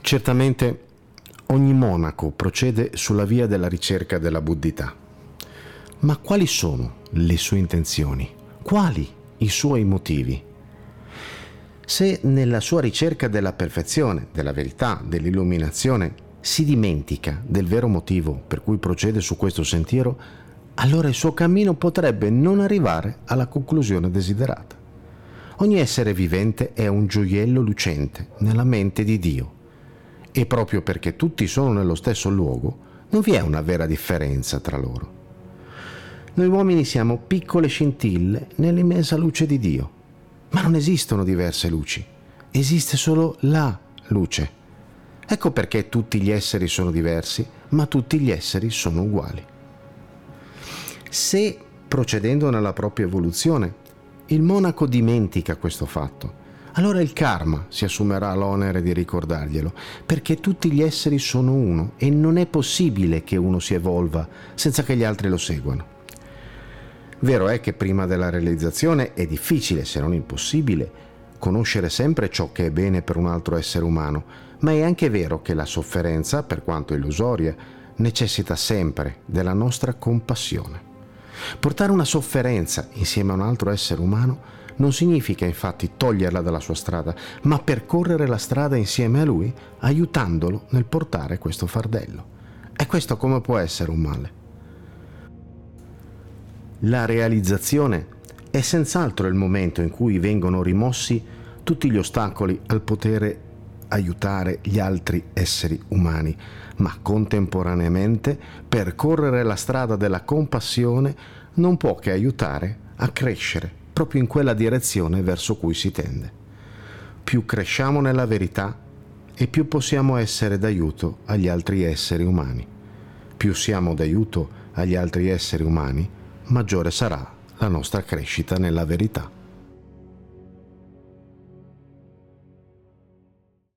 Certamente ogni monaco procede sulla via della ricerca della buddhità. Ma quali sono le sue intenzioni? Quali i suoi motivi? Se nella sua ricerca della perfezione, della verità, dell'illuminazione si dimentica del vero motivo per cui procede su questo sentiero, allora il suo cammino potrebbe non arrivare alla conclusione desiderata. Ogni essere vivente è un gioiello lucente nella mente di Dio. E proprio perché tutti sono nello stesso luogo, non vi è una vera differenza tra loro. Noi uomini siamo piccole scintille nell'immensa luce di Dio, ma non esistono diverse luci, esiste solo la luce. Ecco perché tutti gli esseri sono diversi, ma tutti gli esseri sono uguali. Se, procedendo nella propria evoluzione, il monaco dimentica questo fatto, allora il karma si assumerà l'onere di ricordarglielo, perché tutti gli esseri sono uno e non è possibile che uno si evolva senza che gli altri lo seguano. Vero è che prima della realizzazione è difficile, se non impossibile, conoscere sempre ciò che è bene per un altro essere umano, ma è anche vero che la sofferenza, per quanto illusoria, necessita sempre della nostra compassione. Portare una sofferenza insieme a un altro essere umano non significa infatti toglierla dalla sua strada, ma percorrere la strada insieme a lui, aiutandolo nel portare questo fardello. E questo come può essere un male? La realizzazione è senz'altro il momento in cui vengono rimossi tutti gli ostacoli al potere aiutare gli altri esseri umani, ma contemporaneamente percorrere la strada della compassione non può che aiutare a crescere proprio in quella direzione verso cui si tende. Più cresciamo nella verità e più possiamo essere d'aiuto agli altri esseri umani. Più siamo d'aiuto agli altri esseri umani, maggiore sarà la nostra crescita nella verità.